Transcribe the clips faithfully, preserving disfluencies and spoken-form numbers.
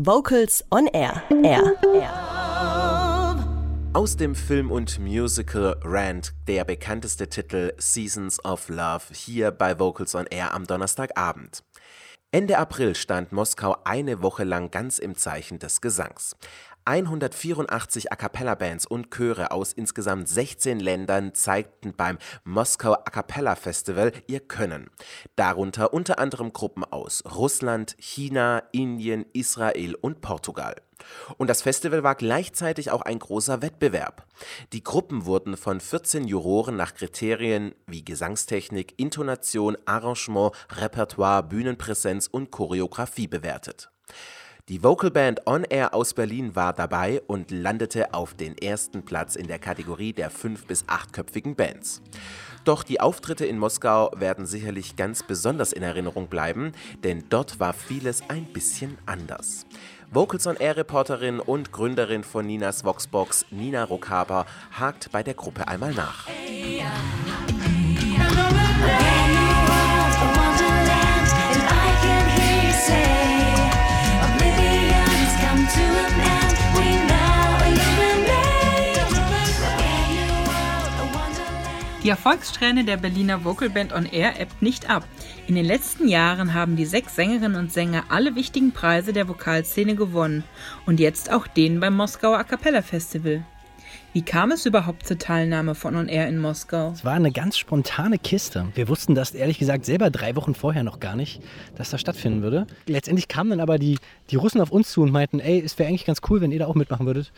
Vocals on Air. Air. Air. Aus dem Film und Musical Rent, der bekannteste Titel Seasons of Love, hier bei Vocals on Air am Donnerstagabend. Ende April stand Moskau eine Woche lang ganz im Zeichen des Gesangs. hundertvierundachtzig A-Cappella-Bands und Chöre aus insgesamt sechzehn Ländern zeigten beim Moskau A-Cappella Festival ihr Können. Darunter unter anderem Gruppen aus Russland, China, Indien, Israel und Portugal. Und das Festival war gleichzeitig auch ein großer Wettbewerb. Die Gruppen wurden von vierzehn Juroren nach Kriterien wie Gesangstechnik, Intonation, Arrangement, Repertoire, Bühnenpräsenz und Choreografie bewertet. Die Vocalband On Air aus Berlin war dabei und landete auf den ersten Platz in der Kategorie der fünf- bis achtköpfigen Bands. Doch die Auftritte in Moskau werden sicherlich ganz besonders in Erinnerung bleiben, denn dort war vieles ein bisschen anders. Vocals on Air Reporterin und Gründerin von Ninas Voxbox, Nina Ruckhaber, hakt bei der Gruppe einmal nach. Die Erfolgssträhne der Berliner Vocalband On Air ebbt nicht ab. In den letzten Jahren haben die sechs Sängerinnen und Sänger alle wichtigen Preise der Vokalszene gewonnen und jetzt auch den beim Moskauer A-Cappella Festival. Wie kam es überhaupt zur Teilnahme von On Air in Moskau? Es war eine ganz spontane Kiste. Wir wussten das ehrlich gesagt selber drei Wochen vorher noch gar nicht, dass das stattfinden würde. Letztendlich kamen dann aber die, die Russen auf uns zu und meinten, ey, es wäre eigentlich ganz cool, wenn ihr da auch mitmachen würdet.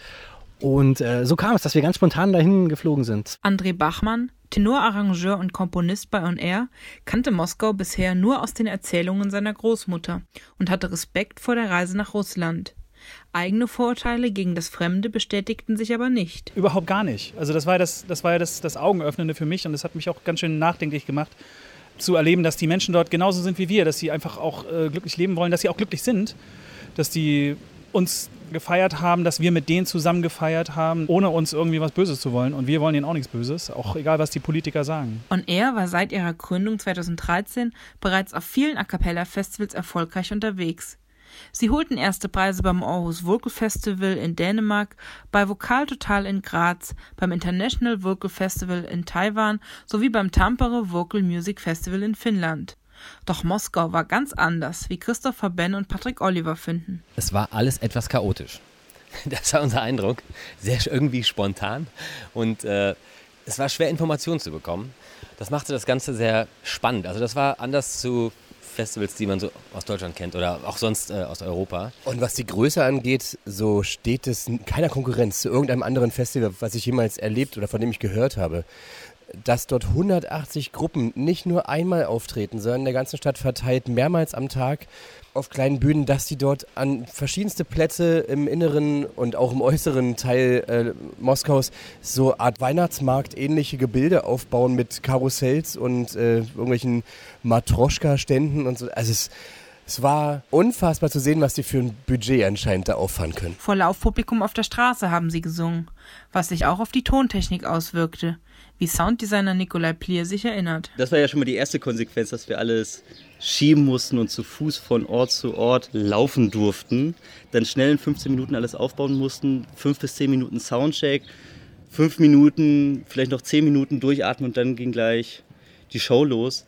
Und äh, so kam es, dass wir ganz spontan dahin geflogen sind. André Bachmann, Tenorarrangeur und Komponist bei On Air, kannte Moskau bisher nur aus den Erzählungen seiner Großmutter und hatte Respekt vor der Reise nach Russland. Eigene Vorurteile gegen das Fremde bestätigten sich aber nicht. Überhaupt gar nicht. Also das war, das, das, war ja das, das Augenöffnende für mich und das hat mich auch ganz schön nachdenklich gemacht, zu erleben, dass die Menschen dort genauso sind wie wir, dass sie einfach auch äh, glücklich leben wollen, dass sie auch glücklich sind, dass die uns gefeiert haben, dass wir mit denen zusammen gefeiert haben, ohne uns irgendwie was Böses zu wollen. Und wir wollen ihnen auch nichts Böses, auch egal, was die Politiker sagen. On Air war seit ihrer Gründung zweitausenddreizehn bereits auf vielen A-Cappella-Festivals erfolgreich unterwegs. Sie holten erste Preise beim Aarhus Vocal Festival in Dänemark, bei Vokal Total in Graz, beim International Vocal Festival in Taiwan sowie beim Tampere Vocal Music Festival in Finnland. Doch Moskau war ganz anders, wie Christopher Ben und Patrick Oliver finden. Es war alles etwas chaotisch. Das war unser Eindruck. Sehr irgendwie spontan. Und äh, es war schwer, Informationen zu bekommen. Das machte das Ganze sehr spannend. Also das war anders zu Festivals, die man so aus Deutschland kennt oder auch sonst äh, aus Europa. Und was die Größe angeht, so steht es in keiner Konkurrenz zu irgendeinem anderen Festival, was ich jemals erlebt oder von dem ich gehört habe. Dass dort hundertachtzig Gruppen nicht nur einmal auftreten, sondern in der ganzen Stadt verteilt, mehrmals am Tag auf kleinen Bühnen, dass sie dort an verschiedenste Plätze im inneren und auch im äußeren Teil äh, Moskaus so Art Weihnachtsmarkt-ähnliche Gebilde aufbauen mit Karussells und äh, irgendwelchen Matroschka-Ständen und so. Also es, es war unfassbar zu sehen, was die für ein Budget anscheinend da auffahren können. Vor Laufpublikum auf der Straße haben sie gesungen, was sich auch auf die Tontechnik auswirkte, wie Sounddesigner Nikolai Plier sich erinnert. Das war ja schon mal die erste Konsequenz, dass wir alles schieben mussten und zu Fuß von Ort zu Ort laufen durften. Dann schnell in fünfzehn Minuten alles aufbauen mussten, fünf bis zehn Minuten Soundcheck, fünf Minuten, vielleicht noch zehn Minuten durchatmen und dann ging gleich die Show los.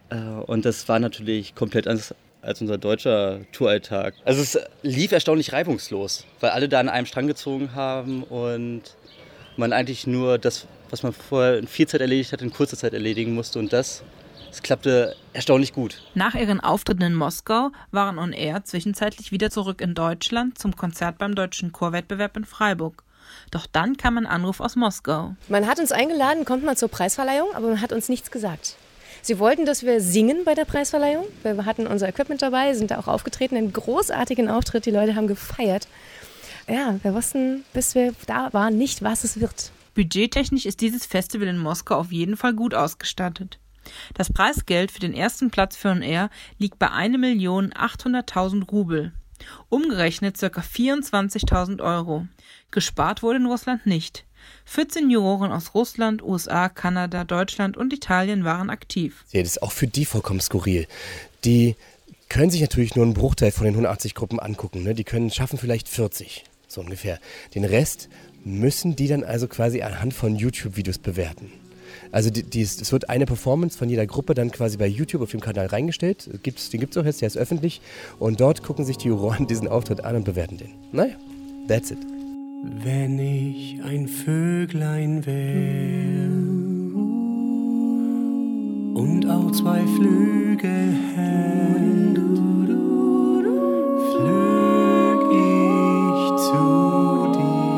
Und das war natürlich komplett anders als unser deutscher Touralltag. Also es lief erstaunlich reibungslos, weil alle da an einem Strang gezogen haben und man eigentlich nur das, was man vorher in viel Zeit erledigt hat, in kurzer Zeit erledigen musste. Und das, das klappte erstaunlich gut. Nach ihren Auftritten in Moskau waren On Air zwischenzeitlich wieder zurück in Deutschland zum Konzert beim Deutschen Chorwettbewerb in Freiburg. Doch dann kam ein Anruf aus Moskau. Man hat uns eingeladen, kommt mal zur Preisverleihung, aber man hat uns nichts gesagt. Sie wollten, dass wir singen bei der Preisverleihung. Wir hatten unser Equipment dabei, sind da auch aufgetreten, einen großartigen Auftritt. Die Leute haben gefeiert. Ja, wir wussten, bis wir da waren, nicht, was es wird. Budgettechnisch ist dieses Festival in Moskau auf jeden Fall gut ausgestattet. Das Preisgeld für den ersten Platz für On Air liegt bei eine Million achthunderttausend Rubel. Umgerechnet ca. vierundzwanzigtausend Euro. Gespart wurde in Russland nicht. vierzehn Juroren aus Russland, U S A, Kanada, Deutschland und Italien waren aktiv. Ja, das ist auch für die vollkommen skurril. Die können sich natürlich nur einen Bruchteil von den hundertachtzig Gruppen angucken. Ne? Die können schaffen vielleicht vierzig, so ungefähr. Den Rest müssen die dann also quasi anhand von YouTube-Videos bewerten. Also die, die, es wird eine Performance von jeder Gruppe dann quasi bei YouTube auf dem Kanal reingestellt. Gibt's, den gibt es auch jetzt, der ist öffentlich. Und dort gucken sich die Juroren diesen Auftritt an und bewerten den. Naja, that's it. Wenn ich ein Vöglein wär und auch zwei Flügel hätt, flög ich zu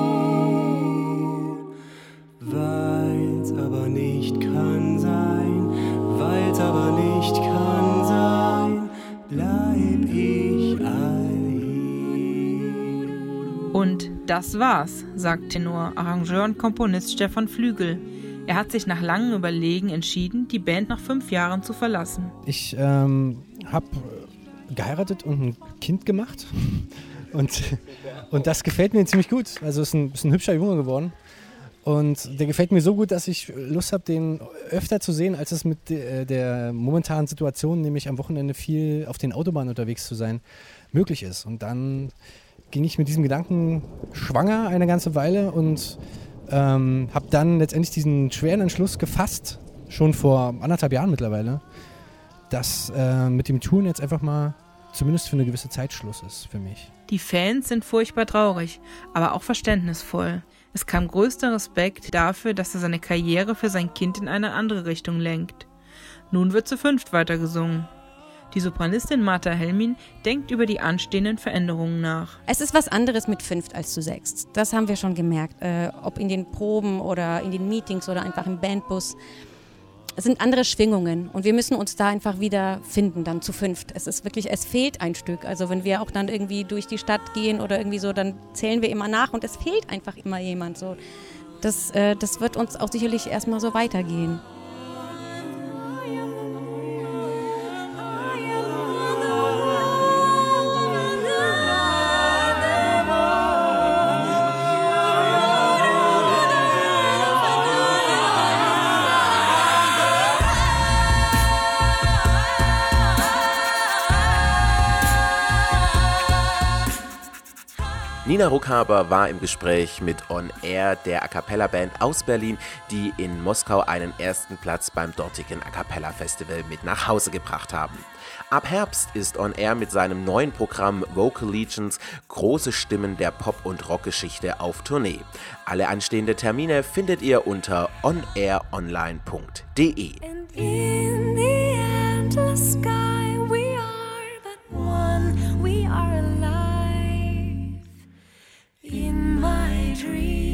dir, weil's aber nicht kann sein, weil's aber nicht kann sein, bleib ich all hier. Und das war's, sagt Tenor, Arrangeur und Komponist Stefan Flügel. Er hat sich nach langem Überlegen entschieden, die Band nach fünf Jahren zu verlassen. Ich ähm, habe geheiratet und ein Kind gemacht und, und das gefällt mir ziemlich gut. Also ist ein, ist ein hübscher Junge geworden und der gefällt mir so gut, dass ich Lust habe, den öfter zu sehen, als es mit de, der momentanen Situation, nämlich am Wochenende viel auf den Autobahnen unterwegs zu sein, möglich ist. Und dann ging ich mit diesem Gedanken schwanger eine ganze Weile und ähm, habe dann letztendlich diesen schweren Entschluss gefasst, schon vor anderthalb Jahren mittlerweile, dass äh, mit dem Touren jetzt einfach mal zumindest für eine gewisse Zeit Schluss ist für mich. Die Fans sind furchtbar traurig, aber auch verständnisvoll. Es kam größter Respekt dafür, dass er seine Karriere für sein Kind in eine andere Richtung lenkt. Nun wird zu fünft weitergesungen. Die Sopranistin Martha Helmin denkt über die anstehenden Veränderungen nach. Es ist was anderes mit fünft als zu sechst. Das haben wir schon gemerkt. Äh, ob in den Proben oder in den Meetings oder einfach im Bandbus. Es sind andere Schwingungen und wir müssen uns da einfach wieder finden, dann zu fünft. Es ist wirklich, es fehlt ein Stück. Also wenn wir auch dann irgendwie durch die Stadt gehen oder irgendwie so, dann zählen wir immer nach und es fehlt einfach immer jemand. So. Das, äh, das wird uns auch sicherlich erstmal so weitergehen. Nina Ruckhaber war im Gespräch mit On Air, der A-Cappella-Band aus Berlin, die in Moskau einen ersten Platz beim dortigen A-Cappella-Festival mit nach Hause gebracht haben. Ab Herbst ist On Air mit seinem neuen Programm Vocal Legions große Stimmen der Pop- und Rockgeschichte auf Tournee. Alle anstehenden Termine findet ihr unter on air online punkt de. In my dream